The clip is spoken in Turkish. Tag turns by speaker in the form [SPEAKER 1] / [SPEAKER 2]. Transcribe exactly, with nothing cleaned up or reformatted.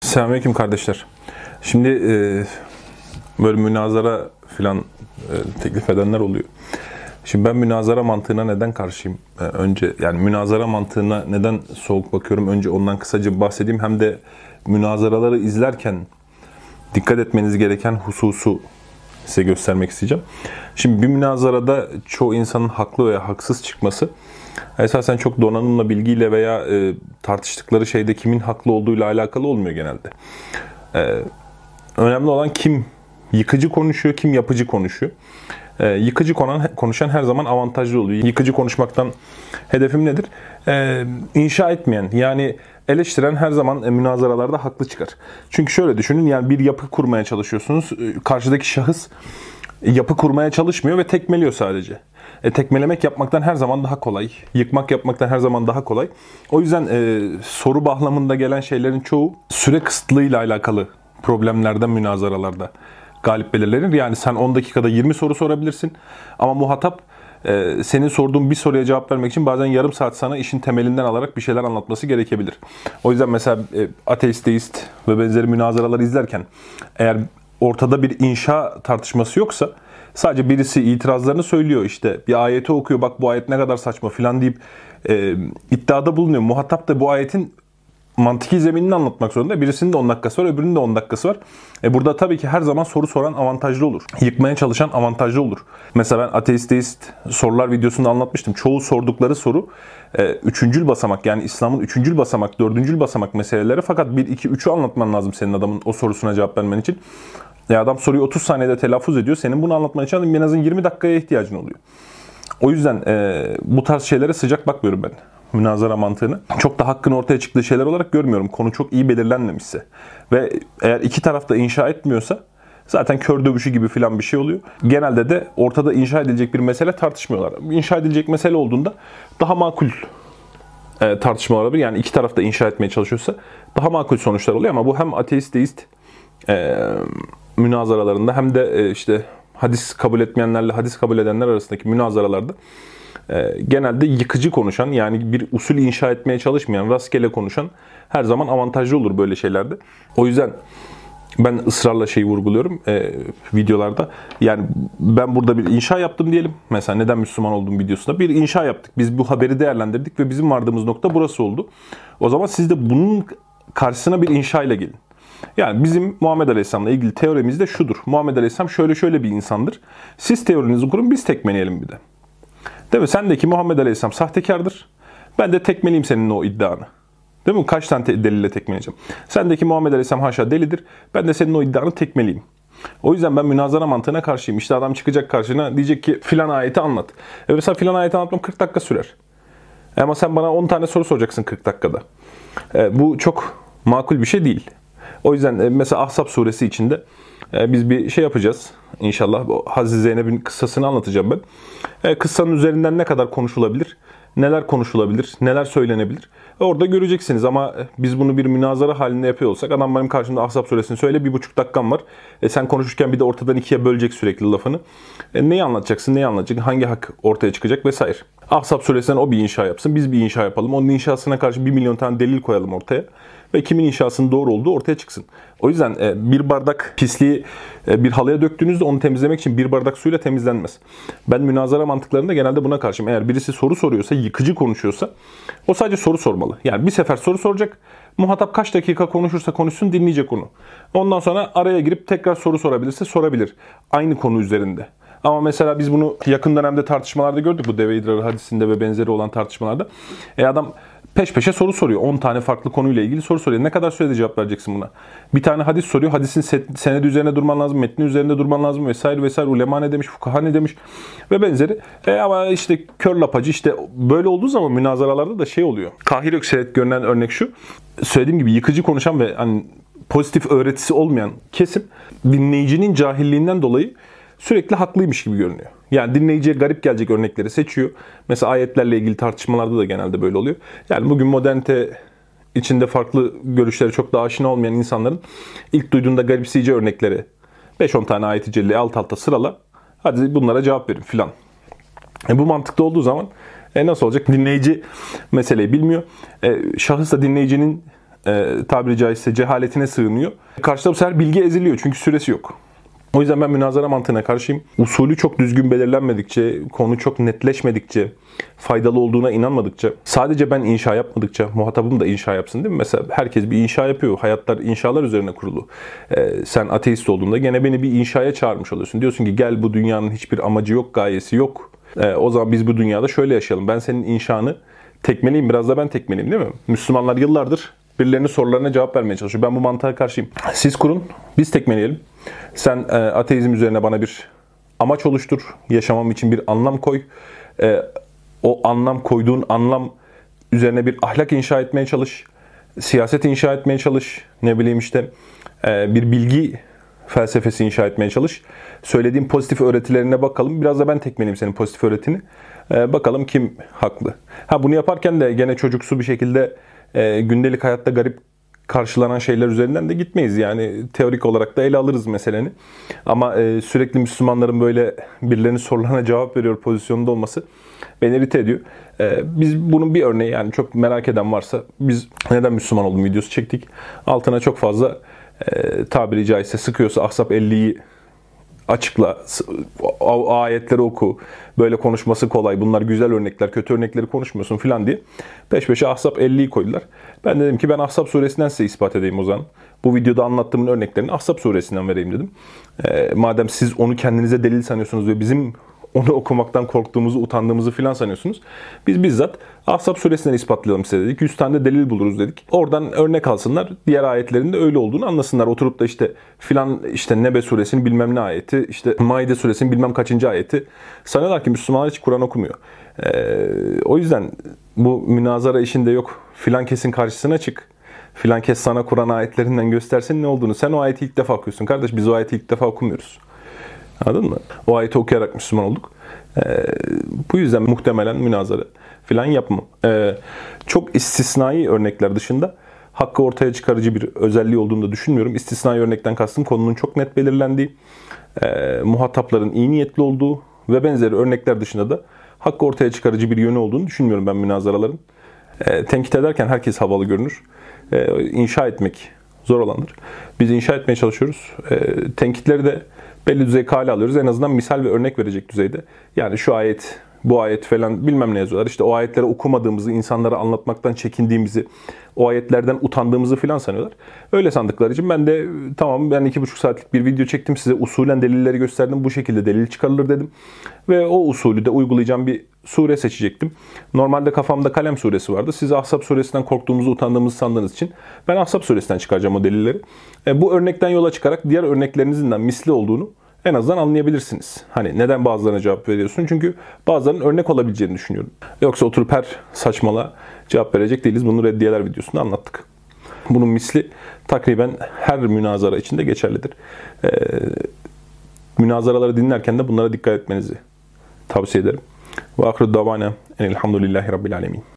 [SPEAKER 1] Selamünaleyküm kardeşler. Şimdi e, böyle münazara filan e, teklif edenler oluyor. Şimdi ben münazara mantığına neden karşıyım? E, önce yani münazara mantığına neden soğuk bakıyorum? Önce ondan kısaca bahsedeyim. Hem de münazaraları izlerken dikkat etmeniz gereken hususu size göstermek isteyeceğim. Şimdi bir münazarada çoğu insanın haklı veya haksız çıkması esasen çok donanımla, bilgiyle veya e, tartıştıkları şeyde kimin haklı olduğuyla alakalı olmuyor genelde. E, önemli olan kim yıkıcı konuşuyor, kim yapıcı konuşuyor. E, yıkıcı konan, konuşan her zaman avantajlı oluyor. Yıkıcı konuşmaktan hedefim nedir? E, inşa etmeyen, yani eleştiren her zaman e, münazaralarda haklı çıkar. Çünkü şöyle düşünün, yani bir yapı kurmaya çalışıyorsunuz. E, karşıdaki şahıs yapı kurmaya çalışmıyor ve tekmeliyor sadece. E, tekmelemek yapmaktan her zaman daha kolay. Yıkmak yapmaktan her zaman daha kolay. O yüzden e, soru bağlamında gelen şeylerin çoğu süre kısıtlığıyla alakalı problemlerden münazaralarda galip belirlenir. Yani sen on dakikada yirmi soru sorabilirsin ama muhatap e, senin sorduğun bir soruya cevap vermek için bazen yarım saat sana işin temelinden alarak bir şeyler anlatması gerekebilir. O yüzden mesela e, ateist, deist ve benzeri münazaraları izlerken eğer ortada bir inşa tartışması yoksa, sadece birisi itirazlarını söylüyor, işte bir ayeti okuyor, bak bu ayet ne kadar saçma filan deyip e, iddiada bulunuyor. Muhatap da bu ayetin mantıki zeminini anlatmak zorunda. Birisinin de on dakikası var, öbürünün de on dakikası var. E burada tabii ki her zaman soru soran avantajlı olur. Yıkmaya çalışan avantajlı olur. Mesela ben ateist deist sorular videosunda anlatmıştım. Çoğu sordukları soru e, üçüncül basamak, yani İslam'ın üçüncül basamak, dördüncül basamak meseleleri. Fakat bir, iki, üçü anlatman lazım senin adamın o sorusuna cevap vermen için. Ya adam soruyu otuz saniyede telaffuz ediyor. Senin bunu anlatman için en azından yirmi dakikaya ihtiyacın oluyor. O yüzden e, bu tarz şeylere sıcak bakmıyorum ben. Münazara mantığını çok da hakkın ortaya çıktığı şeyler olarak görmüyorum. Konu çok iyi belirlenmemişse ve eğer iki taraf da inşa etmiyorsa zaten kör dövüşü gibi filan bir şey oluyor. Genelde de ortada inşa edilecek bir mesele tartışmıyorlar. İnşa edilecek mesele olduğunda daha makul e, tartışma olabilir. Yani iki taraf da inşa etmeye çalışıyorsa daha makul sonuçlar oluyor ama bu hem ateist deist e, münazaralarında hem de e, işte hadis kabul etmeyenlerle hadis kabul edenler arasındaki münazaralarda e, genelde yıkıcı konuşan, yani bir usul inşa etmeye çalışmayan, rastgele konuşan her zaman avantajlı olur böyle şeylerde. O yüzden ben ısrarla şeyi vurguluyorum e, videolarda. Yani ben burada bir inşa yaptım diyelim. Mesela neden Müslüman olduğum videosunda bir inşa yaptık. Biz bu haberi değerlendirdik ve bizim vardığımız nokta burası oldu. O zaman siz de bunun karşısına bir inşa ile gelin. Yani bizim Muhammed Aleyhisselam'la ilgili teorimiz de şudur. Muhammed Aleyhisselam şöyle şöyle bir insandır. Siz teorinizi kurun, biz tekmeleyelim bir de. Değil mi? Sendeki Muhammed Aleyhisselam sahtekardır. Ben de tekmeleyeyim senin o iddianı. Değil mi? Kaç tane delille tekmeleyeceğim? Sendeki Muhammed Aleyhisselam haşa delidir. Ben de senin o iddianı tekmeleyeyim. O yüzden ben münazara mantığına karşıyım. İşte adam çıkacak karşına, diyecek ki filan ayeti anlat. E mesela filan ayeti anlatmam kırk dakika sürer. Ama sen bana on tane soru soracaksın kırk dakikada. E, bu çok makul bir şey değil. O yüzden mesela Ahzab suresi içinde biz bir şey yapacağız. İnşallah Hazreti Zeynep'in kıssasını anlatacağım ben. Kıssanın üzerinden ne kadar konuşulabilir, neler konuşulabilir, neler söylenebilir orada göreceksiniz. Ama biz bunu bir münazara halinde yapıyor olsak, adam benim karşımda Ahzab suresini söyle, bir buçuk dakikam var. E sen konuşurken bir de ortadan ikiye bölecek sürekli lafını. E neyi anlatacaksın, neyi anlatacaksın, hangi hak ortaya çıkacak vesaire. Ahzab suresinden o bir inşa yapsın, biz bir inşa yapalım. Onun inşasına karşı bir milyon tane delil koyalım ortaya. Ve kimin inşasının doğru olduğu ortaya çıksın. O yüzden bir bardak pisliği bir halıya döktüğünüzde onu temizlemek için bir bardak suyla temizlenmez. Ben münazara mantıklarında genelde buna karşıyım. Eğer birisi soru soruyorsa, yıkıcı konuşuyorsa o sadece soru sormalı. Yani bir sefer soru soracak. Muhatap kaç dakika konuşursa konuşsun, dinleyecek onu. Ondan sonra araya girip tekrar soru sorabilirse sorabilir. Aynı konu üzerinde. Ama mesela biz bunu yakın dönemde tartışmalarda gördük. Bu deve idrarı hadisinde ve benzeri olan tartışmalarda. E adam peş peşe soru soruyor. on tane farklı konuyla ilgili soru soruyor. Ne kadar sürede cevap vereceksin buna? Bir tane hadis soruyor. Hadisin senedi üzerine durman lazım, metni üzerinde durman lazım vesaire vesaire. Ulema ne demiş, fukaha ne demiş ve benzeri. E ama işte kör lapacı, işte böyle olduğu zaman münazaralarda da şey oluyor. Kahir Öksevet görünen örnek şu. Söylediğim gibi yıkıcı konuşan ve hani pozitif öğretisi olmayan kesim dinleyicinin cahilliğinden dolayı sürekli haklıymış gibi görünüyor. Yani dinleyiciye garip gelecek örnekleri seçiyor. Mesela ayetlerle ilgili tartışmalarda da genelde böyle oluyor. Yani bugün modernite içinde farklı görüşlere çok da aşina olmayan insanların ilk duyduğunda garipseyici örnekleri beş on tane ayet-i celleyi alt alta sırala. Hadi bunlara cevap verin filan. E bu mantıkta olduğu zaman e nasıl olacak? Dinleyici meseleyi bilmiyor. E şahıs da dinleyicinin e, tabiri caizse cehaletine sığınıyor. Karşıda bu sefer bilgi eziliyor çünkü süresi yok. O yüzden ben münazara mantığına karşıyım. Usulü çok düzgün belirlenmedikçe, konu çok netleşmedikçe, faydalı olduğuna inanmadıkça, sadece ben inşa yapmadıkça, muhatabım da inşa yapsın değil mi? Mesela herkes bir inşa yapıyor. Hayatlar inşalar üzerine kurulu. Ee, sen ateist olduğunda gene beni bir inşaya çağırmış oluyorsun. Diyorsun ki gel, bu dünyanın hiçbir amacı yok, gayesi yok. Ee, o zaman biz bu dünyada şöyle yaşayalım. Ben senin inşanı tekmeleyeyim, biraz da ben tekmeleyim değil mi? Müslümanlar yıllardır birilerinin sorularına cevap vermeye çalışıyor. Ben bu mantığa karşıyım. Siz kurun, biz tekmeleyelim. Sen e, ateizm üzerine bana bir amaç oluştur. Yaşamam için bir anlam koy. E, o anlam koyduğun anlam üzerine bir ahlak inşa etmeye çalış. Siyaset inşa etmeye çalış. Ne bileyim işte e, bir bilgi felsefesi inşa etmeye çalış. Söylediğim pozitif öğretilerine bakalım. Biraz da ben tekmeleyim senin pozitif öğretini. E, bakalım kim haklı. Ha, bunu yaparken de gene çocuksu bir şekilde e, gündelik hayatta garip karşılanan şeyler üzerinden de gitmeyiz. Yani teorik olarak da ele alırız meseleni. Ama e, sürekli Müslümanların böyle birilerinin sorularına cevap veriyor pozisyonunda olması beni irite ediyor. E, biz bunun bir örneği, yani çok merak eden varsa, biz neden Müslüman oldum videosu çektik. Altına çok fazla e, tabiri caizse sıkıyorsa Ahzab elliyi açıkla, ayetleri oku, böyle konuşması kolay, bunlar güzel örnekler, kötü örnekleri konuşmuyorsun falan diye peş peşe Ahzab elliyi koydular. Ben dedim ki ben Ahzab suresinden size ispat edeyim o zaman. Bu videoda anlattığımın örneklerini Ahzab suresinden vereyim dedim. E, madem siz onu kendinize delil sanıyorsunuz ve bizim onu okumaktan korktuğumuzu, utandığımızı filan sanıyorsunuz. Biz bizzat Ahzab suresinden ispatlayalım size dedik. yüz tane de delil buluruz dedik. Oradan örnek alsınlar. Diğer ayetlerin de öyle olduğunu anlasınlar. Oturup da işte filan işte Nebe suresinin bilmem ne ayeti, işte Maide suresinin bilmem kaçıncı ayeti. Sanıyorlar ki Müslümanlar hiç Kur'an okumuyor. Ee, o yüzden bu münazara işinde yok. Filan kesin karşısına çık. Filan kes sana Kur'an ayetlerinden göstersin ne olduğunu. Sen o ayeti ilk defa okuyorsun. Kardeş, biz o ayeti ilk defa okumuyoruz. Anladın mı? O ayeti okuyarak Müslüman olduk. Ee, bu yüzden muhtemelen münazara falan yapmam. Ee, çok istisnai örnekler dışında hakkı ortaya çıkarıcı bir özelliği olduğunu da düşünmüyorum. İstisnai örnekten kastım konunun çok net belirlendiği, e, muhatapların iyi niyetli olduğu ve benzeri örnekler dışında da hakkı ortaya çıkarıcı bir yönü olduğunu düşünmüyorum ben münazaraların. E, tenkit ederken herkes havalı görünür. E, inşa etmek zor olandır. Biz inşa etmeye çalışıyoruz. E, tenkitleri de belli düzey kale alıyoruz. En azından misal ve örnek verecek düzeyde. Yani şu ayet, bu ayet falan bilmem ne yazıyorlar. İşte o ayetleri okumadığımızı, insanlara anlatmaktan çekindiğimizi, o ayetlerden utandığımızı falan sanıyorlar. Öyle sandıkları için ben de tamam, ben iki buçuk saatlik bir video çektim size. Usulen delilleri gösterdim. Bu şekilde delil çıkarılır dedim. Ve o usulü de uygulayacağım bir sure seçecektim. Normalde kafamda Kalem suresi vardı. Siz Ahzab suresinden korktuğumuzu, utandığımızı sandığınız için ben Ahzab suresinden çıkaracağım o delilleri. E, bu örnekten yola çıkarak diğer örneklerinizin de misli olduğunu en azından anlayabilirsiniz. Hani neden bazılarına cevap veriyorsun? Çünkü bazılarının örnek olabileceğini düşünüyorum. Yoksa oturup her saçmalığa cevap verecek değiliz. Bunu reddiyeler videosunda anlattık. Bunun misli takriben her münazara içinde geçerlidir. Ee, münazaraları dinlerken de bunlara dikkat etmenizi tavsiye ederim. Ve ahir davana enelhamdülillahi rabbil alemin.